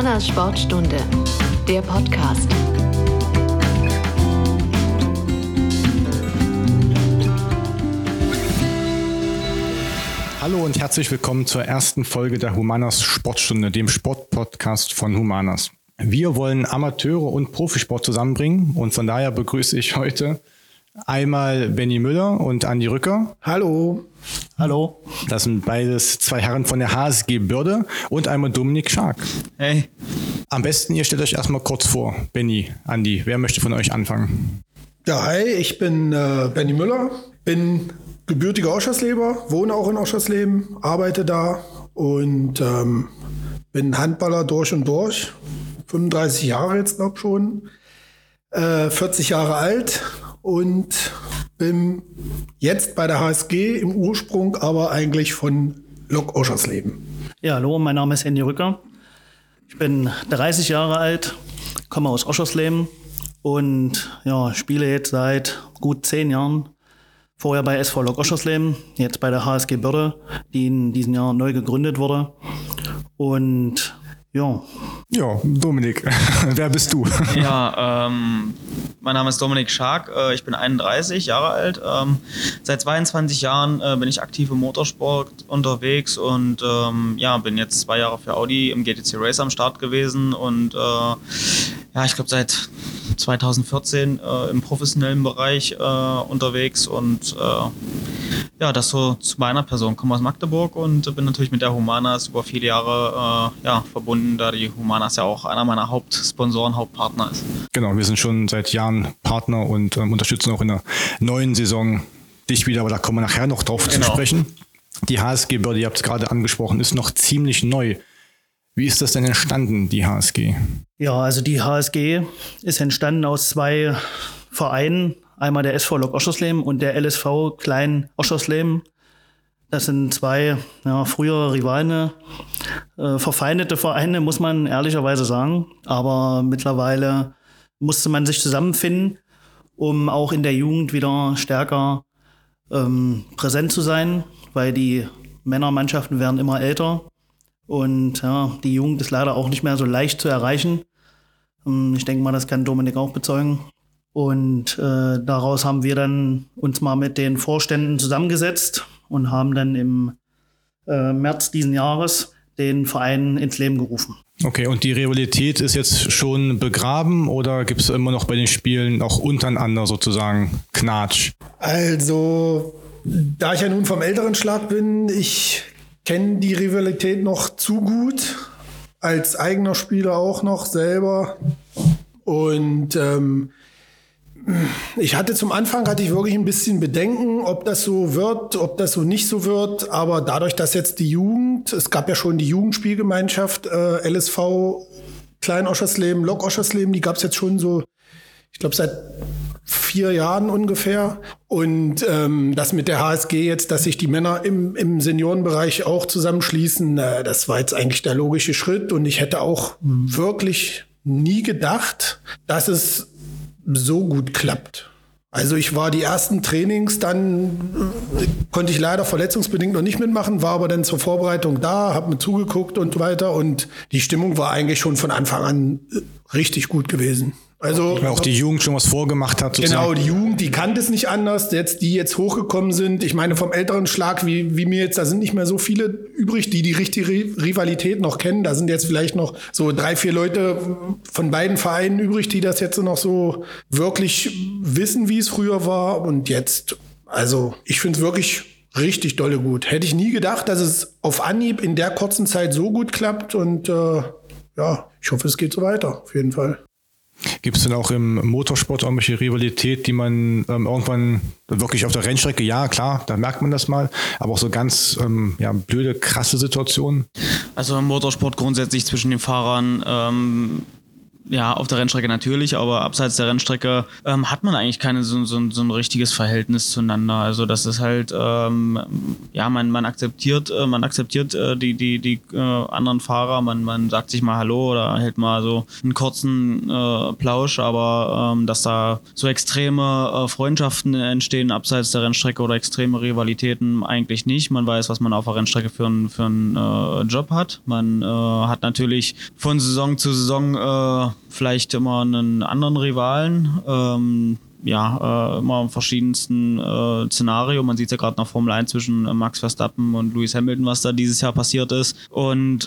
Humanas Sportstunde, der Podcast. Hallo und herzlich willkommen zur ersten Folge der Humanas Sportstunde, dem Sportpodcast von Humanas. Wir wollen Amateure und Profisport zusammenbringen und von daher begrüße ich heute einmal Benny Müller und Andi Rücker. Hallo. Hallo. Das sind beides zwei Herren von der HSG Börde und einmal Dominik Schark. Hey. Am besten, ihr stellt euch erstmal kurz vor. Benny, Andi, wer möchte von euch anfangen? Ja, hi, ich bin Benny Müller, bin gebürtiger Oschersleben, wohne auch in Oschersleben, arbeite da und bin Handballer durch und durch. 35 Jahre jetzt, glaube ich schon. 40 Jahre alt und bin jetzt bei der HSG im Ursprung, aber eigentlich von Lok Oschersleben. Ja, hallo, mein Name ist Andi Rücker. Ich bin 30 Jahre alt, komme aus Oschersleben und ja, spiele jetzt seit gut 10 Jahren. Vorher bei SV Lok Oschersleben, jetzt bei der HSG Börde, die in diesem Jahr neu gegründet wurde. Und ja. Ja, Dominik, wer bist du? Ja, mein Name ist Dominik Schark, ich bin 31 Jahre alt. Seit 22 Jahren bin ich aktiv im Motorsport unterwegs und bin jetzt 2 Jahre für Audi im GTC Race am Start gewesen und ich glaube seit 2014 im professionellen Bereich unterwegs und das so zu meiner Person. Ich komme aus Magdeburg und bin natürlich mit der Humanas über viele Jahre verbunden, da die Humanas ja auch einer meiner Hauptsponsoren, Hauptpartner ist. Genau, wir sind schon seit Jahren Partner und unterstützen auch in der neuen Saison dich wieder, aber da kommen wir nachher noch drauf zu sprechen. Die HSG Börde, ihr habt es gerade angesprochen, ist noch ziemlich neu. Wie ist das denn entstanden, die HSG? Ja, also die HSG ist entstanden aus 2 Vereinen. Einmal der SV Lok Oschersleben und der LSV Klein Oschersleben. Das sind 2 frühere Rivalen, verfeindete Vereine, muss man ehrlicherweise sagen. Aber mittlerweile musste man sich zusammenfinden, um auch in der Jugend wieder stärker präsent zu sein, weil die Männermannschaften werden immer älter. Und die Jugend ist leider auch nicht mehr so leicht zu erreichen. Ich denke mal, das kann Dominik auch bezeugen. Und daraus haben wir dann uns mal mit den Vorständen zusammengesetzt und haben dann im März diesen Jahres den Verein ins Leben gerufen. Okay, und die Rivalität ist jetzt schon begraben oder gibt es immer noch bei den Spielen auch untereinander sozusagen Knatsch? Also, da ich ja nun vom älteren Schlag bin, ich kenne die Rivalität noch zu gut, als eigener Spieler auch noch selber. Und ich hatte zum Anfang wirklich ein bisschen Bedenken, ob das so wird, ob das so nicht so wird. Aber dadurch, dass jetzt die Jugend, es gab ja schon die Jugendspielgemeinschaft LSV Klein Oschersleben, Lok Oschersleben, die gab es jetzt schon so, ich glaube seit 4 Jahren ungefähr. Und das mit der HSG jetzt, dass sich die Männer im Seniorenbereich auch zusammenschließen, das war jetzt eigentlich der logische Schritt. Und ich hätte auch wirklich nie gedacht, dass es so gut klappt. Also ich war die ersten Trainings, dann konnte ich leider verletzungsbedingt noch nicht mitmachen, war aber dann zur Vorbereitung da, habe mir zugeguckt und weiter und die Stimmung war eigentlich schon von Anfang an richtig gut gewesen. Also weil auch die Jugend schon was vorgemacht hat. Sozusagen. Genau, die Jugend, die kannte es nicht anders. Die jetzt hochgekommen sind, ich meine vom älteren Schlag wie mir jetzt, da sind nicht mehr so viele übrig, die richtige Rivalität noch kennen. Da sind jetzt vielleicht noch so 3, 4 Leute von beiden Vereinen übrig, die das jetzt noch so wirklich wissen, wie es früher war. Und jetzt, also ich finde es wirklich richtig dolle gut. Hätte ich nie gedacht, dass es auf Anhieb in der kurzen Zeit so gut klappt. Und ich hoffe, es geht so weiter, auf jeden Fall. Gibt es denn auch im Motorsport irgendwelche Rivalität, die man irgendwann wirklich auf der Rennstrecke, ja klar, da merkt man das mal, aber auch so ganz blöde, krasse Situationen? Also im Motorsport grundsätzlich zwischen den Fahrern Ja, auf der Rennstrecke natürlich, aber abseits der Rennstrecke hat man eigentlich keine so ein richtiges Verhältnis zueinander. Also das ist halt, man akzeptiert die anderen Fahrer, man sagt sich mal Hallo oder hält mal so einen kurzen Plausch, aber dass da so extreme Freundschaften entstehen abseits der Rennstrecke oder extreme Rivalitäten eigentlich nicht. Man weiß, was man auf der Rennstrecke für einen Job hat. Man hat natürlich von Saison zu Saison vielleicht immer einen anderen Rivalen, immer im verschiedensten Szenario. Man sieht es ja gerade nach Formel 1 zwischen Max Verstappen und Lewis Hamilton, was da dieses Jahr passiert ist. Und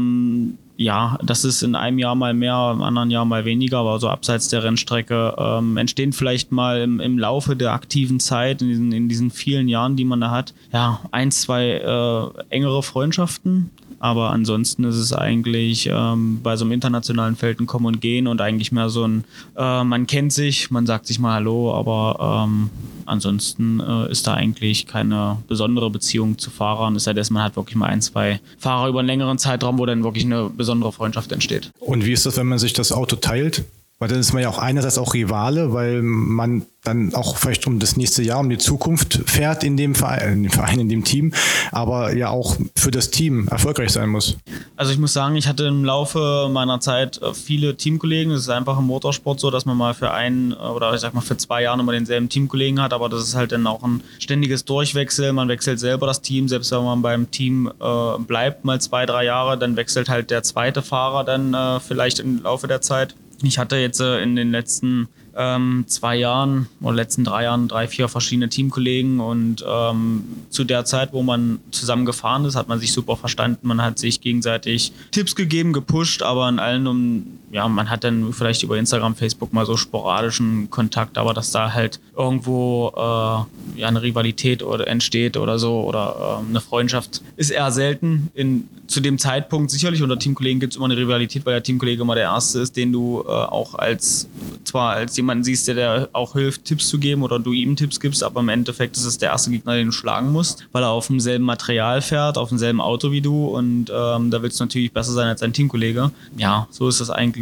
das ist in einem Jahr mal mehr, im anderen Jahr mal weniger, aber so abseits der Rennstrecke entstehen vielleicht mal im Laufe der aktiven Zeit, in diesen vielen Jahren, die man da hat, 1, 2 engere Freundschaften. Aber ansonsten ist es eigentlich bei so einem internationalen Feld ein Kommen und Gehen und eigentlich mehr so ein, man kennt sich, man sagt sich mal Hallo, aber ansonsten ist da eigentlich keine besondere Beziehung zu Fahrern. Es sei denn, man hat wirklich mal 1, 2 Fahrer über einen längeren Zeitraum, wo dann wirklich eine besondere Freundschaft entsteht. Und wie ist das, wenn man sich das Auto teilt? Weil dann ist man ja auch einerseits auch Rivale, weil man dann auch vielleicht um das nächste Jahr, um die Zukunft fährt in dem Verein, in dem Team, aber ja auch für das Team erfolgreich sein muss. Also ich muss sagen, ich hatte im Laufe meiner Zeit viele Teamkollegen. Es ist einfach im Motorsport so, dass man mal für für 2 Jahre immer denselben Teamkollegen hat, aber das ist halt dann auch ein ständiges Durchwechsel. Man wechselt selber das Team, selbst wenn man beim Team bleibt, mal 2, 3 Jahre, dann wechselt halt der zweite Fahrer dann vielleicht im Laufe der Zeit. Ich hatte jetzt in den letzten 2 Jahren oder letzten 3 Jahren 3, 4 verschiedene Teamkollegen und zu der Zeit, wo man zusammen gefahren ist, hat man sich super verstanden, man hat sich gegenseitig Tipps gegeben, gepusht, aber in allen man hat dann vielleicht über Instagram, Facebook mal so sporadischen Kontakt, aber dass da halt irgendwo eine Rivalität entsteht oder so oder eine Freundschaft ist eher selten. Zu dem Zeitpunkt sicherlich unter Teamkollegen gibt es immer eine Rivalität, weil der Teamkollege immer der Erste ist, den du auch als jemanden siehst, der auch hilft, Tipps zu geben oder du ihm Tipps gibst, aber im Endeffekt ist es der erste Gegner, den du schlagen musst, weil er auf demselben Material fährt, auf demselben Auto wie du und da willst du natürlich besser sein als dein Teamkollege. Ja, so ist das eigentlich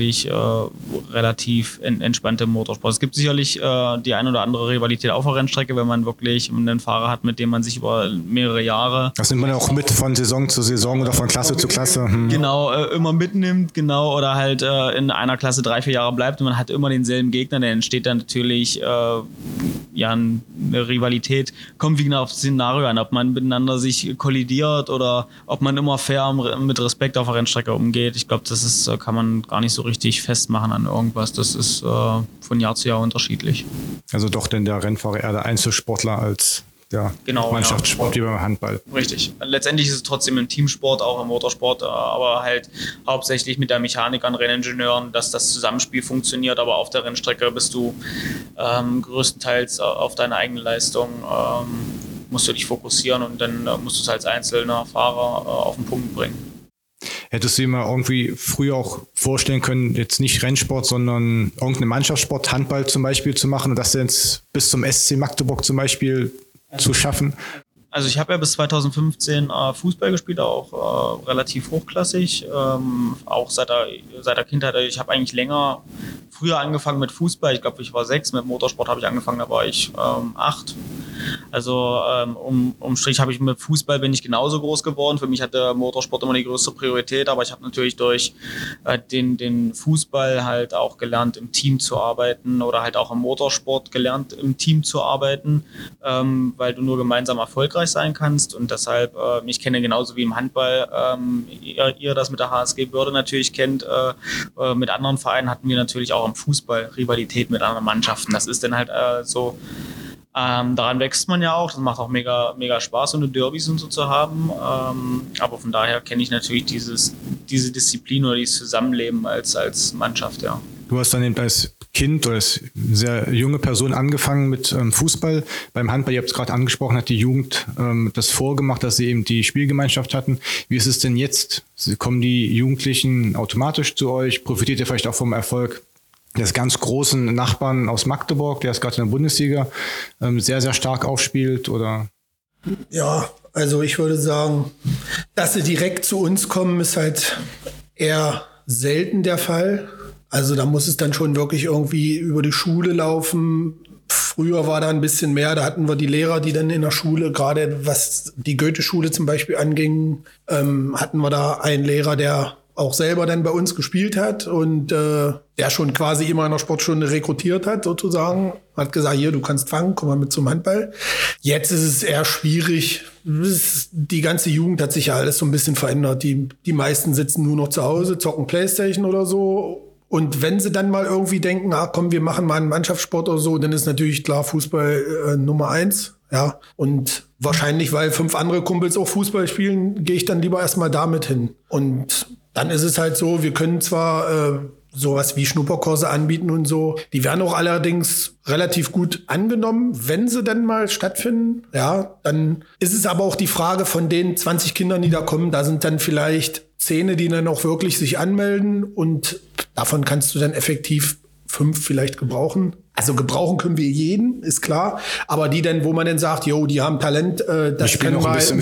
relativ entspannt im Motorsport. Es gibt sicherlich die ein oder andere Rivalität auf der Rennstrecke, wenn man wirklich einen Fahrer hat, mit dem man sich über mehrere Jahre... Das nimmt man ja auch mit von Saison zu Saison oder von Klasse zu Klasse. Genau, immer mitnimmt, genau, oder halt in einer Klasse 3, 4 Jahre bleibt und man hat immer denselben Gegner, dann entsteht dann natürlich eine Rivalität. Kommt wie genau auf das Szenario an, ob man miteinander sich kollidiert oder ob man immer fair mit Respekt auf der Rennstrecke umgeht. Ich glaube, das kann man gar nicht so richtig festmachen an irgendwas. Das ist von Jahr zu Jahr unterschiedlich. Also doch denn der Rennfahrer eher der Einzelsportler als der Mannschaftssport wie beim Handball. Richtig. Letztendlich ist es trotzdem ein Teamsport, auch im Motorsport, aber halt hauptsächlich mit der Mechanik an Renningenieuren, dass das Zusammenspiel funktioniert, aber auf der Rennstrecke bist du größtenteils auf deine eigene Leistung musst du dich fokussieren und dann musst du es als einzelner Fahrer auf den Punkt bringen. Hättest du dir mal irgendwie früher auch vorstellen können, jetzt nicht Rennsport, sondern irgendeinen Mannschaftssport, Handball zum Beispiel zu machen und das jetzt bis zum SC Magdeburg zum Beispiel zu schaffen? Also ich habe ja bis 2015 Fußball gespielt, auch relativ hochklassig, auch seit der Kindheit. Ich habe eigentlich früher angefangen mit Fußball. Ich glaube, ich war 6, mit Motorsport habe ich angefangen, da war ich 8. Also Strich mit Fußball bin ich genauso groß geworden. Für mich hat der Motorsport immer die größte Priorität, aber ich habe natürlich durch den Fußball halt auch gelernt, im Team zu arbeiten oder halt auch im Motorsport gelernt, im Team zu arbeiten, weil du nur gemeinsam erfolgreich sein kannst und deshalb, ich kenne genauso wie im Handball, ihr das mit der HSG Börde natürlich kennt, mit anderen Vereinen hatten wir natürlich auch im Fußball Rivalität mit anderen Mannschaften. Das ist dann halt so... daran wächst man ja auch, das macht auch mega, mega Spaß, so eine Derbys und so zu haben. Aber von daher kenne ich natürlich diese Disziplin oder dieses Zusammenleben als Mannschaft, ja. Du hast dann eben als Kind oder als sehr junge Person angefangen mit Fußball. Beim Handball, ihr habt es gerade angesprochen, hat die Jugend das vorgemacht, dass sie eben die Spielgemeinschaft hatten. Wie ist es denn jetzt? Kommen die Jugendlichen automatisch zu euch? Profitiert ihr vielleicht auch vom Erfolg des ganz großen Nachbarn aus Magdeburg, der ist gerade in der Bundesliga sehr, sehr stark aufspielt, oder? Ja, also ich würde sagen, dass sie direkt zu uns kommen, ist halt eher selten der Fall. Also da muss es dann schon wirklich irgendwie über die Schule laufen. Früher war da ein bisschen mehr, da hatten wir die Lehrer, die dann in der Schule, gerade was die Goethe-Schule zum Beispiel anging, hatten wir da einen Lehrer, der auch selber dann bei uns gespielt hat und der schon quasi immer in der Sportstunde rekrutiert hat sozusagen. Hat gesagt, hier, du kannst fangen, komm mal mit zum Handball. Jetzt ist es eher schwierig. Die ganze Jugend hat sich ja alles so ein bisschen verändert. Die meisten sitzen nur noch zu Hause, zocken Playstation oder so. Und wenn sie dann mal irgendwie denken, komm, wir machen mal einen Mannschaftssport oder so, dann ist natürlich klar Fußball Nummer 1. Ja. Und wahrscheinlich, weil 5 andere Kumpels auch Fußball spielen, gehe ich dann lieber erstmal damit hin. Und dann ist es halt so, wir können zwar sowas wie Schnupperkurse anbieten und so, die werden auch allerdings relativ gut angenommen, wenn sie dann mal stattfinden. Ja, dann ist es aber auch die Frage von den 20 Kindern, die da kommen, da sind dann vielleicht 10, die dann auch wirklich sich anmelden und davon kannst du dann effektiv 5 vielleicht gebrauchen. Also gebrauchen können wir jeden, ist klar. Aber die dann, wo man dann sagt, jo, die haben Talent, das kann mal ein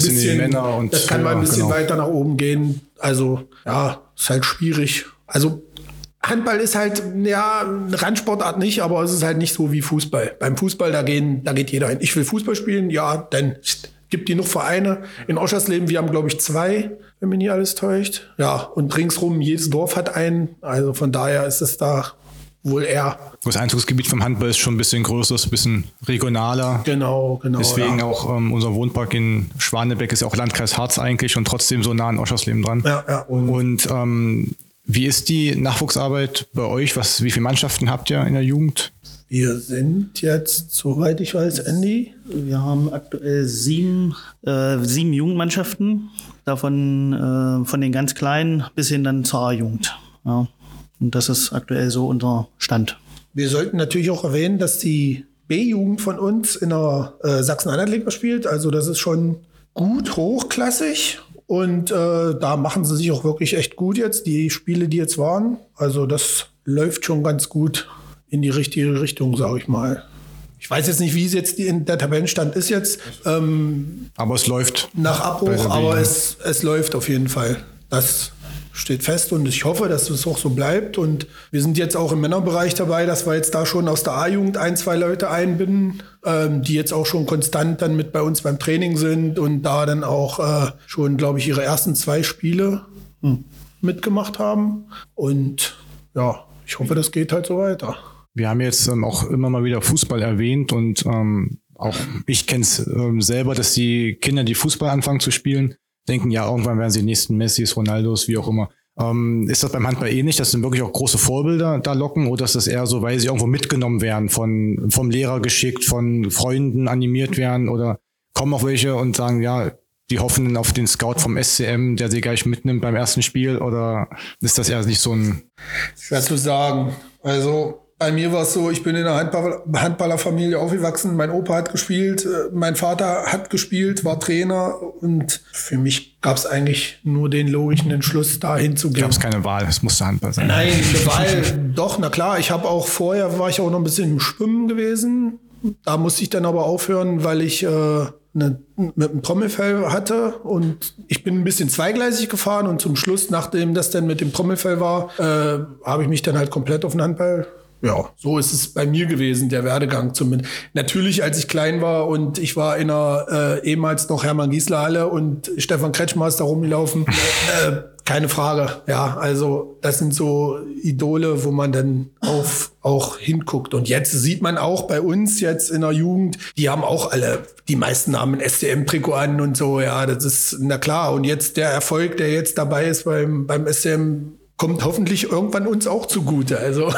bisschen weiter nach oben gehen. Also ja, ist halt schwierig. Also Handball ist halt, ja, eine Randsportart nicht, aber es ist halt nicht so wie Fußball. Beim Fußball, da geht jeder hin. Ich will Fußball spielen, ja, dann gibt genug Vereine. In Oschersleben, wir haben, glaube ich, 2, wenn mich nicht alles täuscht. Ja, und ringsrum, jedes Dorf hat einen. Also von daher ist es da wohl eher. Das Einzugsgebiet vom Handball ist schon ein bisschen größer, ist ein bisschen regionaler. Genau. Deswegen auch unser Wohnpark in Schwanebeck ist ja auch Landkreis Harz eigentlich und trotzdem so nah an Oschersleben dran. Ja. Und wie ist die Nachwuchsarbeit bei euch? Wie viele Mannschaften habt ihr in der Jugend? Wir sind jetzt, soweit ich weiß, Andy. Wir haben aktuell 7 Jugendmannschaften, davon von den ganz Kleinen bis hin dann zur A-Jugend. Ja. Und das ist aktuell so unser Stand. Wir sollten natürlich auch erwähnen, dass die B-Jugend von uns in der Sachsen-Anhalt-Liga spielt. Also das ist schon gut hochklassig. Und da machen sie sich auch wirklich echt gut jetzt, die Spiele, die jetzt waren. Also das läuft schon ganz gut in die richtige Richtung, sage ich mal. Ich weiß jetzt nicht, wie es jetzt der Tabellenstand ist jetzt. Aber es läuft. Nach Abbruch, aber es läuft auf jeden Fall. Das steht fest und ich hoffe, dass es auch so bleibt. Und wir sind jetzt auch im Männerbereich dabei, dass wir jetzt da schon aus der A-Jugend 1, 2 Leute einbinden, die jetzt auch schon konstant dann mit bei uns beim Training sind und da dann auch schon, glaube ich, ihre ersten 2 Spiele mitgemacht haben. Und ja, ich hoffe, das geht halt so weiter. Wir haben jetzt auch immer mal wieder Fußball erwähnt und auch ich kenne es selber, dass die Kinder, die Fußball anfangen zu spielen, denken, ja, irgendwann werden sie die nächsten Messis, Ronaldos, wie auch immer. Ist das beim Handball ähnlich, dass dann wirklich auch große Vorbilder da locken oder ist das eher so, weil sie irgendwo mitgenommen werden, vom Lehrer geschickt, von Freunden animiert werden oder kommen auch welche und sagen, ja, die hoffen auf den Scout vom SCM, der sie gleich mitnimmt beim ersten Spiel oder ist das eher nicht so ein... Schwer zu sagen. Also bei mir war es so, ich bin in einer Handballerfamilie aufgewachsen. Mein Opa hat gespielt, mein Vater hat gespielt, war Trainer und für mich gab es eigentlich nur den logischen Entschluss, dahin zu gehen. Gab es keine Wahl, es musste Handball sein. Nein, eine Wahl, doch, na klar. War ich auch noch ein bisschen im Schwimmen gewesen. Da musste ich dann aber aufhören, weil ich mit einem Trommelfell hatte und ich bin ein bisschen zweigleisig gefahren und zum Schluss, nachdem das dann mit dem Trommelfell war, habe ich mich dann halt komplett auf den Handball. Ja, so ist es bei mir gewesen, der Werdegang zumindest. Natürlich, als ich klein war und ich war in einer ehemals noch Hermann-Giesler-Halle und Stefan Kretschmer ist da rumgelaufen, keine Frage. Ja, also das sind so Idole, wo man dann auch hinguckt. Und jetzt sieht man auch bei uns jetzt in der Jugend, die haben auch alle, die meisten haben ein SCM-Trikot an und so. Ja, das ist, na klar. Und jetzt der Erfolg, der jetzt dabei ist beim SCM, kommt hoffentlich irgendwann uns auch zugute. Also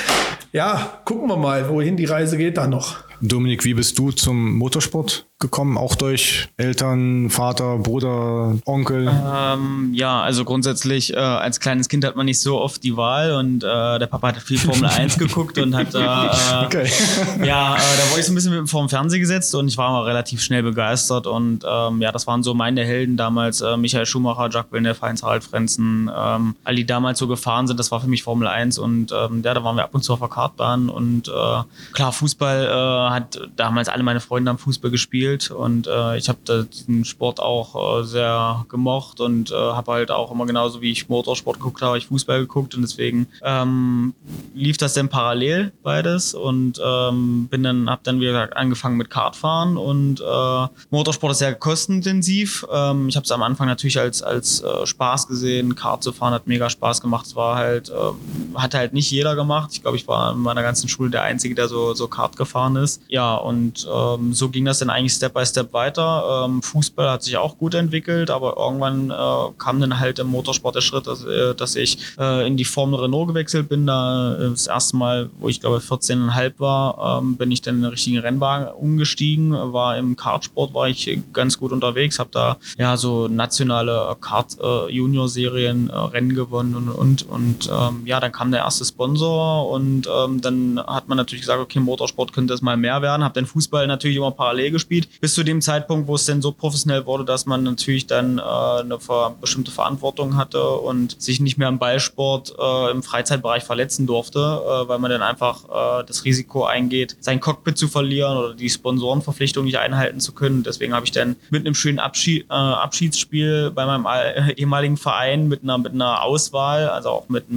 ja, gucken wir mal, wohin die Reise geht da noch. Dominik, wie bist du zum Motorsport gekommen? Auch durch Eltern, Vater, Bruder, Onkel? Ja, also grundsätzlich als kleines Kind hat man nicht so oft die Wahl und der Papa hat viel Formel 1 geguckt und hat okay. Ja, da wurde ich so ein bisschen vor dem Fernseher gesetzt und ich war mal relativ schnell begeistert und ja, das waren so meine Helden damals, Michael Schumacher, Jacques Villeneuve, Heinz-Harald Frentzen, all die damals so gefahren sind, das war für mich Formel 1 und ja, da waren wir ab und zu auf der Kartbahn und klar, Fußball hat damals alle meine Freunde am Fußball gespielt und ich habe diesen Sport auch sehr gemocht und habe halt auch immer genauso wie ich Motorsport geguckt habe, ich Fußball geguckt und deswegen lief das dann parallel beides und habe dann wie gesagt angefangen mit Kartfahren und Motorsport ist sehr kostenintensiv. Ich habe es am Anfang natürlich als Spaß gesehen. Kart zu fahren hat mega Spaß gemacht. Es war halt, hat halt nicht jeder gemacht. Ich glaube, ich war in meiner ganzen Schule der Einzige, der so Kart gefahren ist. Ja, und so ging das dann eigentlich Step by Step weiter. Fußball hat sich auch gut entwickelt, aber irgendwann kam dann halt im Motorsport der Schritt, dass ich in die Formel Renault gewechselt bin. Da das erste Mal, wo ich glaube 14,5 war, bin ich dann in den richtigen Rennwagen umgestiegen. War im Kartsport war ich ganz gut unterwegs, habe da ja so nationale Kart-Junior-Serien Rennen gewonnen und ja, dann kam der erste Sponsor und dann hat man natürlich gesagt, okay, Motorsport könnte das mal mehr werden. Habe den Fußball natürlich immer parallel gespielt, bis zu dem Zeitpunkt, wo es dann so professionell wurde, dass man natürlich dann eine bestimmte Verantwortung hatte und sich nicht mehr im Ballsport im Freizeitbereich verletzen durfte, weil man dann einfach das Risiko eingeht, sein Cockpit zu verlieren oder die Sponsorenverpflichtung nicht einhalten zu können. Deswegen habe ich dann mit einem schönen Abschiedsspiel bei meinem ehemaligen Verein mit einer Auswahl, also auch mit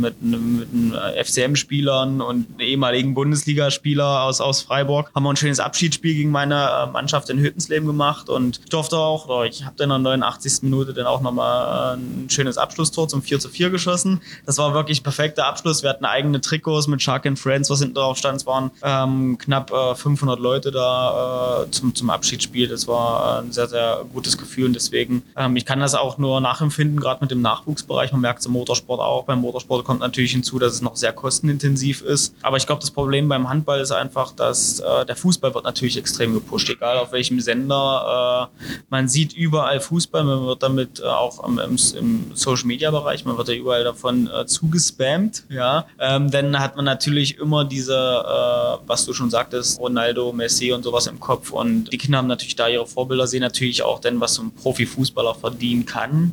FCM-Spielern und ehemaligen Bundesligaspieler aus Freiburg, haben wir ein schönes Abschiedsspiel gegen meine Mannschaft in Hüttensleben gemacht und ich habe dann in der 89. Minute dann auch nochmal ein schönes Abschlusstor zum 4:4 geschossen. Das war wirklich perfekter Abschluss. Wir hatten eigene Trikots mit Shark and Friends, was hinten drauf stand. Es waren knapp 500 Leute da zum Abschiedsspiel. Das war ein sehr, sehr gutes Gefühl und deswegen, ich kann das auch nur nachempfinden, gerade mit dem Nachwuchsbereich. Man merkt es im Motorsport auch. Beim Motorsport kommt natürlich hinzu, dass es noch sehr kostenintensiv ist. Aber ich glaube, das Problem beim Handball ist einfach, dass der Fußball wird natürlich extrem gepusht, egal auf welchem Sender. Man sieht überall Fußball, man wird damit auch im Social-Media-Bereich, man wird ja überall davon zugespammt. Ja? Dann hat man natürlich immer diese, was du schon sagtest, Ronaldo, Messi und sowas im Kopf und die Kinder haben natürlich da ihre Vorbilder, sehen natürlich auch dann, was so ein Profifußballer verdienen kann.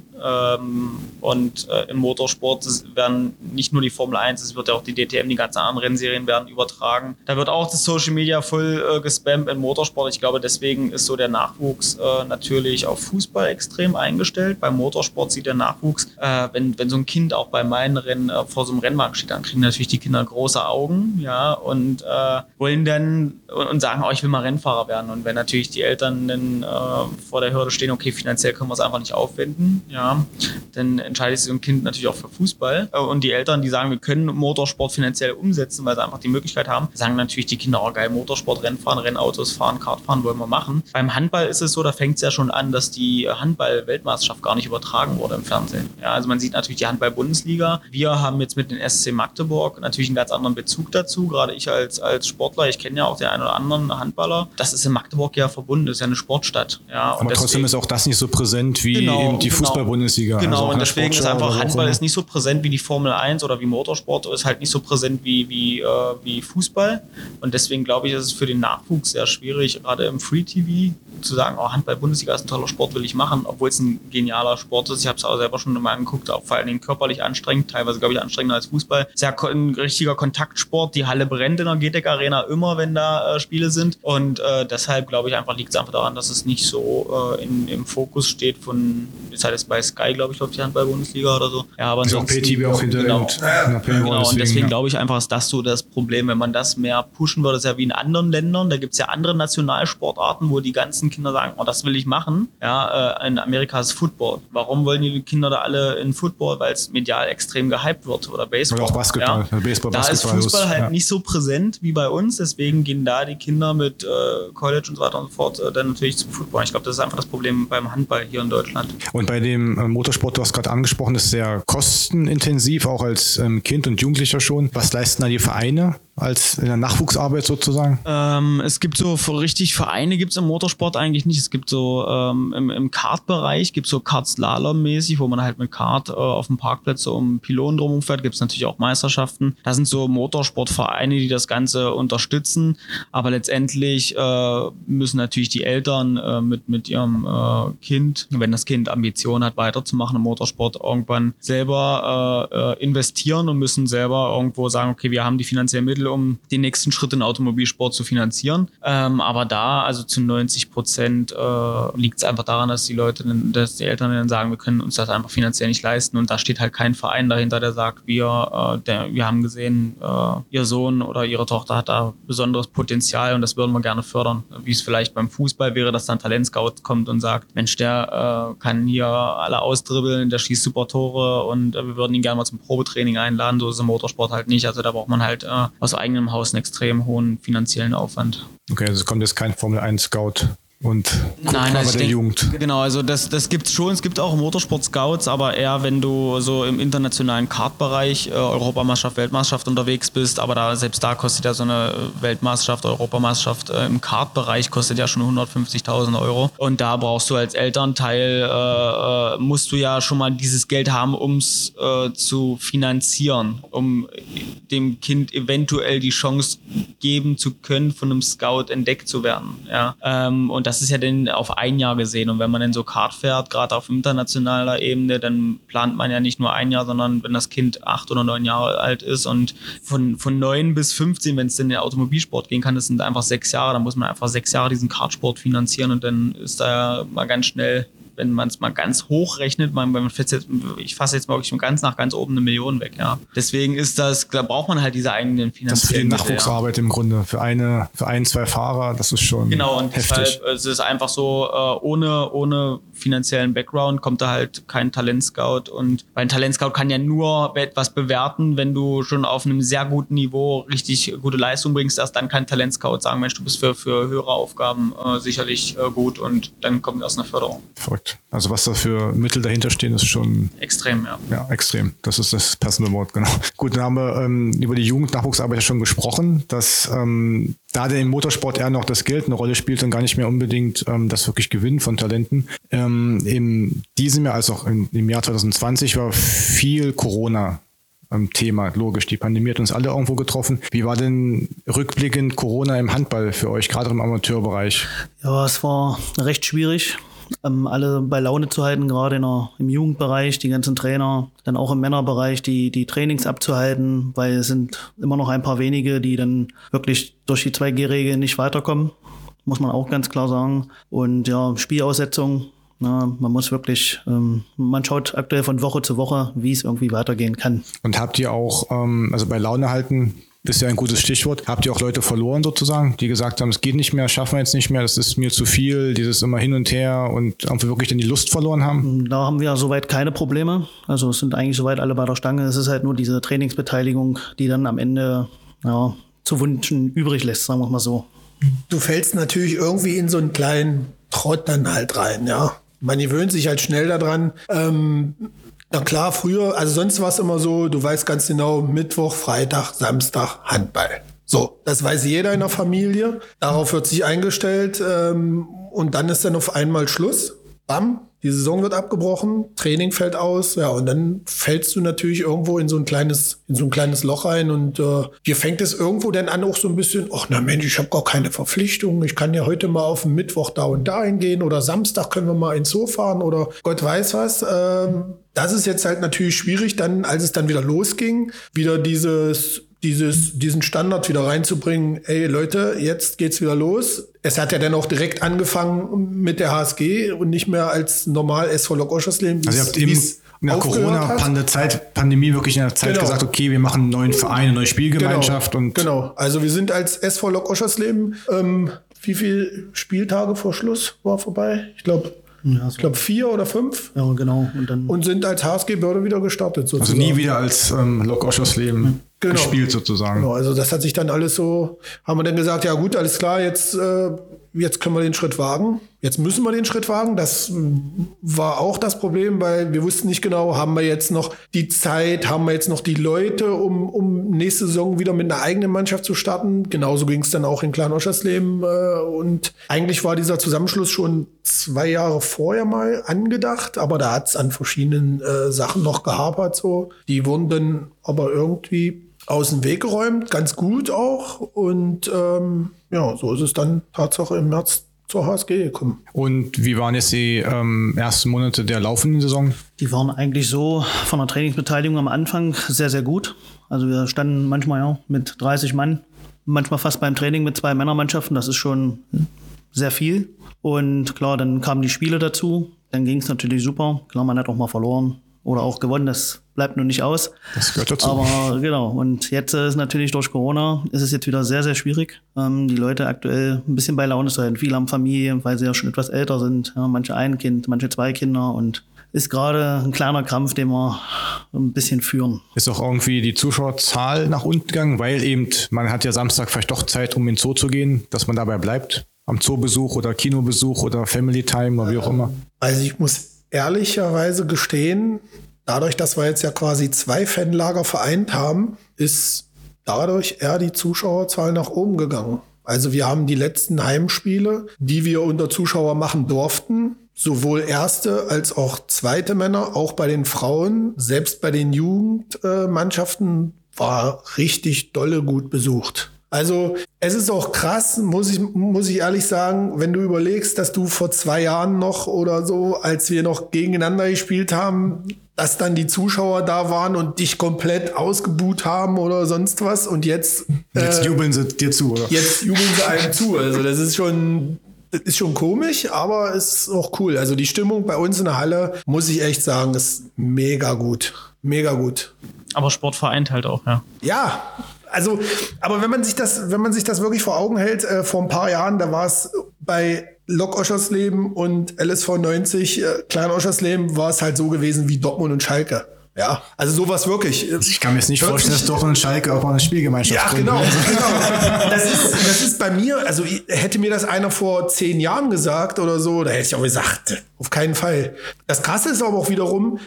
Und im Motorsport werden nicht nur die Formel 1, es wird ja auch die DTM, die ganzen anderen Rennserien werden übertragen. Da wird auch das Social Media voll gespammt im Motorsport. Ich glaube, deswegen ist so der Nachwuchs natürlich auf Fußball extrem eingestellt. Beim Motorsport sieht der Nachwuchs, wenn so ein Kind auch bei meinen Rennen vor so einem Rennwagen steht, dann kriegen natürlich die Kinder große Augen, ja, und wollen dann und sagen, oh, ich will mal Rennfahrer werden. Und wenn natürlich die Eltern dann vor der Hürde stehen, okay, finanziell können wir es einfach nicht aufwenden, ja, dann entscheidet sich so ein Kind natürlich auch für Fußball. Und die Eltern, die sagen, wir können Motorsport finanziell umsetzen, weil sie einfach die Möglichkeit haben, sagen natürlich die Kinder, oh geil, Motorsport, Rennfahren, Rennautos fahren, Kartfahren wollen wir machen. Beim Handball ist es so, da fängt es ja schon an, dass die Handball-Weltmeisterschaft gar nicht übertragen wurde im Fernsehen. Ja, also man sieht natürlich die Handball-Bundesliga. Wir haben jetzt mit den SC Magdeburg natürlich einen ganz anderen Bezug dazu. Gerade ich als Sportler, ich kenne ja auch den einen oder anderen Handballer. Das ist in Magdeburg ja verbunden, das ist ja eine Sportstadt. Ja, aber trotzdem ist auch das nicht so präsent wie eben die Fußball-Bundesliga. Genau, also und deswegen ist einfach Handball ist nicht so präsent wie die Formel 1 oder wie Motorsport, ist halt nicht so präsent wie Fußball. Und deswegen glaube ich, ist es für den Nachwuchs sehr schwierig, gerade im Free-TV zu sagen, oh, Handball-Bundesliga ist ein toller Sport, will ich machen, obwohl es ein genialer Sport ist. Ich habe es auch selber schon mal angeguckt, auch vor allen Dingen körperlich anstrengend, teilweise, glaube ich, anstrengender als Fußball. Ist ja ein richtiger Kontaktsport. Die Halle brennt in der GTEC Arena immer, wenn da Spiele sind. Und deshalb, glaube ich, liegt es einfach daran, dass es nicht so im Fokus steht von, das heißt bei Sky, glaube ich, läuft die Handball-Bundesliga oder so. Ja, aber ansonsten, auch PTV auch hinterher. Genau, und deswegen glaube ich einfach, ist das so das Problem, wenn man das mehr pushen würde. Das ist ja wie in anderen Ländern, da gibt es ja andere Nationalsportarten, wo die ganzen Kinder sagen, oh, das will ich machen. Ja, in Amerika ist Football. Warum wollen die Kinder da alle in Football? Weil es medial extrem gehypt wird oder Baseball. Oder auch Basketball. Ja. Baseball, da ist Fußball halt nicht so präsent wie bei uns, deswegen gehen da die Kinder mit College und so weiter und so fort dann natürlich zum Football. Ich glaube, das ist einfach das Problem beim Handball hier in Deutschland. Und bei dem Motorsport, du hast gerade angesprochen, ist sehr kostenintensiv, auch als Kind und Jugendlicher schon. Was leisten da die Vereine als in der Nachwuchsarbeit sozusagen? Es gibt so richtig Vereine gibt es im Motorsport eigentlich nicht. Es gibt so im Kartbereich gibt es so Kart-Slalom-mäßig, wo man halt mit Kart auf dem Parkplatz so um Pylonen drum fährt. Gibt es natürlich auch Meisterschaften. Da sind so Motorsportvereine, die das Ganze unterstützen. Aber letztendlich müssen natürlich die Eltern mit ihrem Kind, wenn das Kind Ambitionen hat, weiterzumachen im Motorsport, irgendwann selber investieren und müssen selber irgendwo sagen, okay, wir haben die finanziellen Mittel Mittel, um den nächsten Schritt in Automobilsport zu finanzieren. Aber da, also zu 90% liegt es einfach daran, dass die Eltern dann sagen, wir können uns das einfach finanziell nicht leisten. Und da steht halt kein Verein dahinter, der sagt, wir haben gesehen, ihr Sohn oder ihre Tochter hat da besonderes Potenzial und das würden wir gerne fördern. Wie es vielleicht beim Fußball wäre, dass dann Talentscout kommt und sagt, Mensch, der kann hier alle ausdribbeln, der schießt super Tore und wir würden ihn gerne mal zum Probetraining einladen. So ist im Motorsport halt nicht. Also da braucht man halt aus eigenem Haus einen extrem hohen finanziellen Aufwand. Okay, also es kommt jetzt kein Formel-1-Scout und nein, also der Jugend. Genau, also das gibt's schon. Es gibt auch Motorsport-Scouts, aber eher, wenn du so im internationalen Kartbereich Europameisterschaft, Weltmeisterschaft unterwegs bist. Aber selbst da kostet ja so eine Weltmeisterschaft, Europameisterschaft im Kartbereich kostet ja schon 150.000 €. Und da brauchst du als Elternteil, musst du ja schon mal dieses Geld haben, um es zu finanzieren, um dem Kind eventuell die Chance geben zu können, von einem Scout entdeckt zu werden. Ja? Und das ist ja dann auf ein Jahr gesehen. Und wenn man dann so Kart fährt, gerade auf internationaler Ebene, dann plant man ja nicht nur ein Jahr, sondern wenn das Kind 8 oder 9 Jahre alt ist und von 9 bis 15, wenn es in den Automobilsport gehen kann, das sind einfach 6 Jahre, dann muss man einfach 6 Jahre diesen Kartsport finanzieren und dann ist da mal ganz schnell, wenn man es mal ganz hoch rechnet, ich fasse jetzt mal wirklich ganz nach ganz oben 1 Million weg, ja. Deswegen da braucht man halt diese eigenen finanziellen Das ist für die Nachwuchsarbeit im Grunde, für 2 Fahrer, das ist schon genau, und heftig. Deshalb es ist einfach so, ohne finanziellen Background kommt da halt kein Talentscout und ein Talentscout kann ja nur etwas bewerten, wenn du schon auf einem sehr guten Niveau richtig gute Leistung bringst, erst dann kann Talentscout sagen, Mensch, du bist für höhere Aufgaben sicherlich gut und dann kommt erst eine Förderung. Verrückt. Also was da für Mittel dahinter stehen, ist schon... Extrem, ja. Ja, extrem. Das ist das passende Wort, genau. Gut, dann haben wir über die Jugendnachwuchsarbeit ja schon gesprochen, dass da der im Motorsport eher noch das Geld eine Rolle spielt und gar nicht mehr unbedingt das wirklich Gewinnen von Talenten. In diesem Jahr, als auch im Jahr 2020, war viel Corona Thema, logisch. Die Pandemie hat uns alle irgendwo getroffen. Wie war denn rückblickend Corona im Handball für euch, gerade im Amateurbereich? Ja, es war recht schwierig, alle bei Laune zu halten, gerade im Jugendbereich, die ganzen Trainer, dann auch im Männerbereich die Trainings abzuhalten, weil es sind immer noch ein paar wenige, die dann wirklich durch die 2G-Regel nicht weiterkommen, muss man auch ganz klar sagen. Und ja, Spielaussetzung, man muss wirklich, man schaut aktuell von Woche zu Woche, wie es irgendwie weitergehen kann. Und habt ihr auch, also bei Laune halten, ist ja ein gutes Stichwort. Habt ihr auch Leute verloren sozusagen, die gesagt haben, es geht nicht mehr, schaffen wir jetzt nicht mehr, das ist mir zu viel, dieses immer hin und her und irgendwie wirklich dann die Lust verloren haben? Da haben wir soweit keine Probleme. Also es sind eigentlich soweit alle bei der Stange. Es ist halt nur diese Trainingsbeteiligung, die dann am Ende zu wünschen übrig lässt, sagen wir mal so. Du fällst natürlich irgendwie in so einen kleinen Trott dann halt rein, ja. Man gewöhnt sich halt schnell daran. Na klar, früher, also sonst war es immer so, du weißt ganz genau, Mittwoch, Freitag, Samstag, Handball. So, das weiß jeder in der Familie. Darauf wird sich eingestellt und dann ist dann auf einmal Schluss. Bam, die Saison wird abgebrochen, Training fällt aus, ja, und dann fällst du natürlich irgendwo in so ein kleines Loch rein und hier fängt es irgendwo dann an auch so ein bisschen, ach na Mensch, ich habe gar keine Verpflichtungen, ich kann ja heute mal auf den Mittwoch da und da hingehen oder Samstag können wir mal ins Zoo fahren oder Gott weiß was. Das ist jetzt halt natürlich schwierig, dann, als es dann wieder losging, wieder diesen Standard wieder reinzubringen, ey Leute, jetzt geht's wieder los. Es hat ja dann auch direkt angefangen mit der HSG und nicht mehr als normal SV Lok Oschersleben. Also ihr habt eben in der Corona-Pandemie wirklich in der Zeit gesagt, okay, wir machen einen neuen Verein, eine neue Spielgemeinschaft. Genau, also wir sind als SV Lok Oschersleben, wie viele Spieltage vor Schluss war vorbei? Ich glaube 4 oder 5. Ja, genau. Und sind als HSG Börde wieder gestartet sozusagen. Also nie wieder als Lok Oschersleben gespielt sozusagen. Genau, also das hat sich dann alles so, haben wir dann gesagt, ja gut, alles klar, jetzt können wir den Schritt wagen. Jetzt müssen wir den Schritt wagen. Das war auch das Problem, weil wir wussten nicht genau, haben wir jetzt noch die Zeit, haben wir jetzt noch die Leute, um nächste Saison wieder mit einer eigenen Mannschaft zu starten. Genauso ging es dann auch in Klein Oschersleben. Und eigentlich war dieser Zusammenschluss schon 2 Jahre vorher mal angedacht, aber da hat es an verschiedenen Sachen noch gehapert. So. Die wurden dann aber irgendwie aus dem Weg geräumt, ganz gut auch. Und so ist es dann Tatsache im März zur HSG gekommen. Und wie waren jetzt die ersten Monate der laufenden Saison? Die waren eigentlich so von der Trainingsbeteiligung am Anfang sehr, sehr gut. Also wir standen manchmal ja mit 30 Mann, manchmal fast beim Training mit 2 Männermannschaften. Das ist schon sehr viel. Und klar, dann kamen die Spiele dazu. Dann ging es natürlich super. Klar, man hat auch mal verloren oder auch gewonnen. Das bleibt nun nicht aus. Das gehört dazu. Aber genau. Und jetzt ist natürlich durch Corona ist es jetzt wieder sehr, sehr schwierig. Die Leute aktuell ein bisschen bei Laune zu halten. Viele haben Familie, weil sie ja schon etwas älter sind. Ja, manche ein Kind, manche 2 Kinder. Und ist gerade ein kleiner Krampf, den wir ein bisschen führen. Ist auch irgendwie die Zuschauerzahl nach unten gegangen, weil eben man hat ja Samstag vielleicht doch Zeit, um in den Zoo zu gehen, dass man dabei bleibt. Am Zoobesuch oder Kinobesuch oder Family Time oder wie auch immer. Also ich muss ehrlicherweise gestehen, dadurch, dass wir jetzt ja quasi 2 Fanlager vereint haben, ist dadurch eher die Zuschauerzahl nach oben gegangen. Also wir haben die letzten Heimspiele, die wir unter Zuschauer machen durften, sowohl erste als auch zweite Männer, auch bei den Frauen, selbst bei den Jugendmannschaften war richtig dolle gut besucht. Also es ist auch krass, muss ich ehrlich sagen, wenn du überlegst, dass du vor 2 Jahren noch oder so, als wir noch gegeneinander gespielt haben, dass dann die Zuschauer da waren und dich komplett ausgebuht haben oder sonst was und jetzt jubeln sie dir zu, oder? Jetzt jubeln sie einem zu. Also das ist schon komisch, aber ist auch cool. Also die Stimmung bei uns in der Halle, muss ich echt sagen, ist mega gut. Mega gut. Aber Sport vereint halt auch, ja. Ja, also, aber wenn man sich das wirklich vor Augen hält, vor ein paar Jahren, da war es bei Lok Oschersleben und LSV 90, Klein Oschersleben, war es halt so gewesen wie Dortmund und Schalke. Ja, also sowas wirklich. Ich kann mir jetzt nicht vorstellen, dass Dortmund und Schalke auch mal eine Spielgemeinschaft gründen. Ja, genau. Das ist bei mir, also hätte mir das einer vor 10 Jahren gesagt oder so, da hätte ich auch gesagt, auf keinen Fall. Das Krasse ist aber auch wiederum,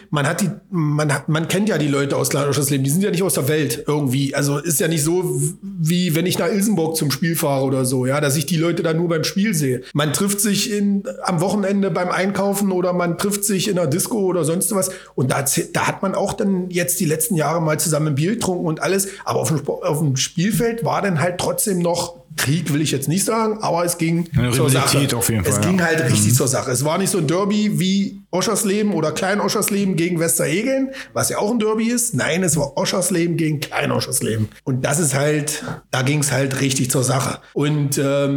man kennt ja die Leute aus Klein Oschersleben, die sind ja nicht aus der Welt irgendwie. Also ist ja nicht so, wie wenn ich nach Ilsenburg zum Spiel fahre oder so, ja, dass ich die Leute da nur beim Spiel sehe. Man trifft sich am Wochenende beim Einkaufen oder man trifft sich in der Disco oder sonst was und da hat man auch dann jetzt die letzten Jahre mal zusammen ein Bier getrunken und alles. Aber auf dem Spielfeld war dann halt trotzdem noch Krieg, will ich jetzt nicht sagen, aber es ging zur Sache. Auf jeden Fall, es ging halt richtig zur Sache. Es war nicht so ein Derby wie Oschersleben oder Klein Oschersleben gegen Westeregeln, was ja auch ein Derby ist. Nein, es war Oschersleben gegen Klein Oschersleben. Und das ist halt, da ging es halt richtig zur Sache. Und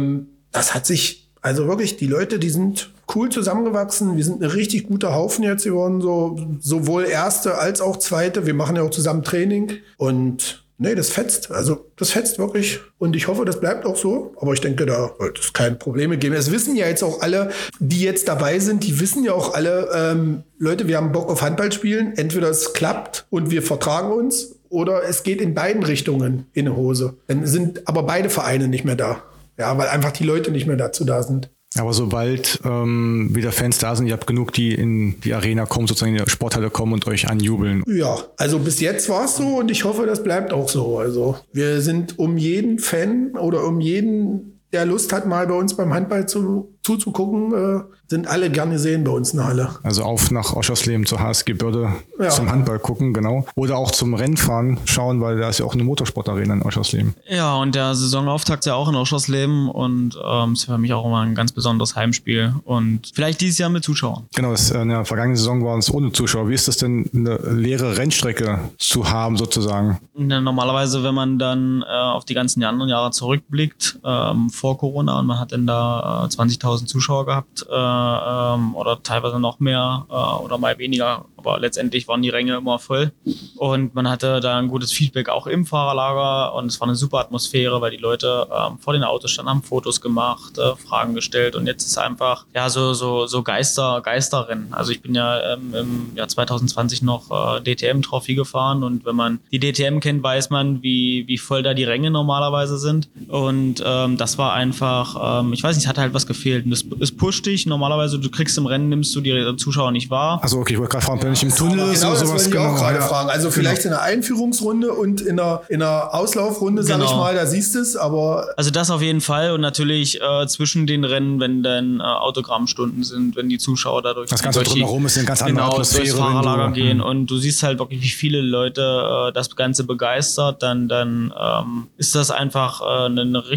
das hat sich, also wirklich, die Leute, die sind cool zusammengewachsen. Wir sind ein richtig guter Haufen jetzt geworden, sowohl erste als auch zweite. Wir machen ja auch zusammen Training und nee, das fetzt. Also das fetzt wirklich und ich hoffe, das bleibt auch so. Aber ich denke, da wird es keine Probleme geben. Es wissen ja jetzt auch alle, die jetzt dabei sind, die wissen ja auch alle, Leute, wir haben Bock auf Handball spielen. Entweder es klappt und wir vertragen uns oder es geht in beiden Richtungen in die Hose. Dann sind aber beide Vereine nicht mehr da. Ja, weil einfach die Leute nicht mehr dazu da sind. Aber sobald wieder Fans da sind, ihr habt genug, die in die Arena kommen, sozusagen in die Sporthalle kommen und euch anjubeln. Ja, also bis jetzt war es so und ich hoffe, das bleibt auch so. Also wir sind um jeden Fan oder um jeden, der Lust hat, mal bei uns beim Handball zuzugucken, sind alle gerne gesehen bei uns in der Halle. Also auf nach Oschersleben zur HSG Börde zum Handball gucken, genau. Oder auch zum Rennfahren schauen, weil da ist ja auch eine Motorsportarena in Oschersleben. Ja, und der Saisonauftakt ja auch in Oschersleben und ist für mich auch immer ein ganz besonderes Heimspiel und vielleicht dieses Jahr mit Zuschauern. Genau, in der vergangenen Saison waren es ohne Zuschauer. Wie ist das denn, eine leere Rennstrecke zu haben sozusagen? Normalerweise, wenn man dann auf die ganzen anderen Jahre zurückblickt, vor Corona und man hat dann da 20.000 Zuschauer gehabt, oder teilweise noch mehr oder mal weniger, aber letztendlich waren die Ränge immer voll und man hatte da ein gutes Feedback auch im Fahrerlager und es war eine super Atmosphäre, weil die Leute vor den Autos standen, haben Fotos gemacht, Fragen gestellt und jetzt ist einfach ja so Geisterrennen. Also ich bin ja im Jahr 2020 noch DTM-Trophy gefahren und wenn man die DTM kennt, weiß man, wie voll da die Ränge normalerweise sind und das war einfach, ich weiß nicht, es hat halt was gefehlt und es pusht dich. Normalerweise, du kriegst im Rennen, nimmst du die Zuschauer nicht wahr. Also okay, ich wollte gerade fragen, wenn ich im Tunnel ist oder sowas. Das wollte ich auch gerade fragen. Also vielleicht in der Einführungsrunde und in der Auslaufrunde, sag ich mal, da siehst du es, aber... Also das auf jeden Fall und natürlich zwischen den Rennen, wenn dann Autogrammstunden sind, wenn die Zuschauer dadurch... Das Ganze drumherum ist eine ganz andere Atmosphäre. Durchs Fahrerlager gehen und du siehst halt wirklich, wie viele Leute das Ganze begeistert, dann ist das einfach eine richtig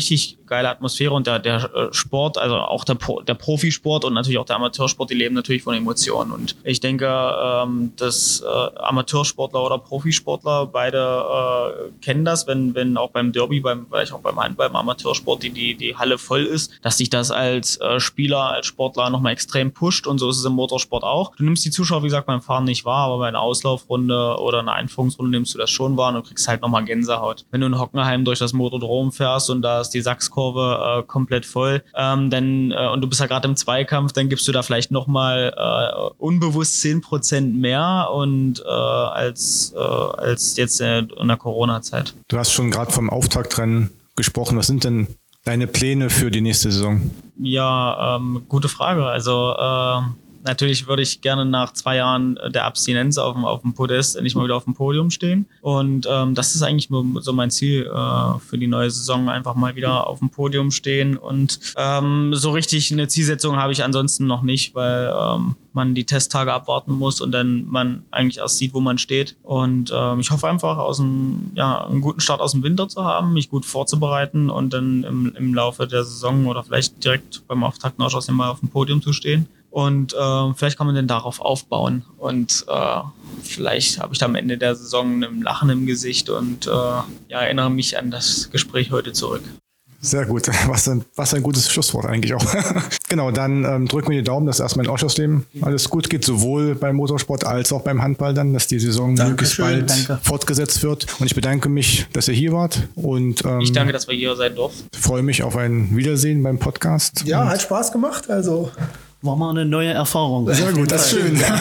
geile Atmosphäre und der Sport, also auch der Profisport und natürlich auch der Amateursport, die leben natürlich von Emotionen. Und ich denke, dass Amateursportler oder Profisportler beide kennen das, wenn auch beim Derby, vielleicht auch beim Handball, beim Amateursport die Halle voll ist, dass sich das als Spieler, als Sportler nochmal extrem pusht und so ist es im Motorsport auch. Du nimmst die Zuschauer, wie gesagt, beim Fahren nicht wahr, aber bei einer Auslaufrunde oder einer Einführungsrunde nimmst du das schon wahr und kriegst halt nochmal Gänsehaut. Wenn du in Hockenheim durch das Motodrom fährst und da ist die Sachskurve komplett voll, und du bist ja gerade im Zweikampf, dann gibst du da vielleicht nochmal unbewusst 10% mehr und als jetzt in der Corona-Zeit. Du hast schon gerade vom Auftaktrennen gesprochen. Was sind denn deine Pläne für die nächste Saison? Ja, gute Frage. Also natürlich würde ich gerne nach 2 Jahren der Abstinenz auf dem Podest endlich mal wieder auf dem Podium stehen. Und das ist eigentlich so mein Ziel für die neue Saison, einfach mal wieder auf dem Podium stehen. Und so richtig eine Zielsetzung habe ich ansonsten noch nicht, weil man die Testtage abwarten muss und dann man eigentlich erst sieht, wo man steht. Und ich hoffe einfach, einen guten Start aus dem Winter zu haben, mich gut vorzubereiten und dann im Laufe der Saison oder vielleicht direkt beim Auftakt noch mal auf dem Podium zu stehen. Und vielleicht kann man dann darauf aufbauen. Und vielleicht habe ich da am Ende der Saison ein Lachen im Gesicht und erinnere mich an das Gespräch heute zurück. Sehr gut. Was ein gutes Schlusswort eigentlich auch. Genau, dann drücken wir die Daumen, dass erstmal in Oschersleben alles gut geht, sowohl beim Motorsport als auch beim Handball dann, dass die Saison möglichst bald fortgesetzt wird. Und ich bedanke mich, dass ihr hier wart. Und ich danke, dass wir hier sein durften. Freue mich auf ein Wiedersehen beim Podcast. Ja, hat Spaß gemacht. Also war mal eine neue Erfahrung. Sehr gut, das ist schön. Ja,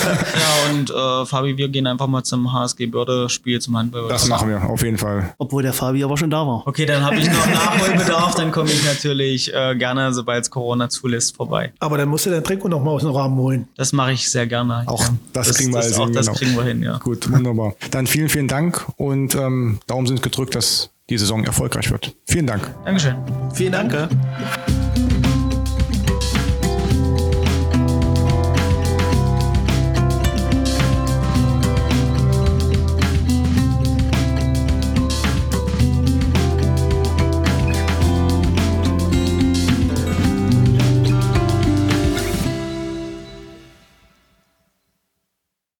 und Fabi, wir gehen einfach mal zum HSG Börde-Spiel zum Handball. Das machen wir, auf jeden Fall. Obwohl der Fabi aber schon da war. Okay, dann habe ich noch Nachholbedarf, dann komme ich natürlich gerne, sobald es Corona zulässt, vorbei. Aber dann musst du dein Trikot noch mal aus dem Rahmen holen. Das mache ich sehr gerne. Auch das kriegen wir hin. Das kriegen wir hin, ja. Gut, wunderbar. Dann vielen, vielen Dank und Daumen sind gedrückt, dass die Saison erfolgreich wird. Vielen Dank. Dankeschön. Vielen Dank. Danke.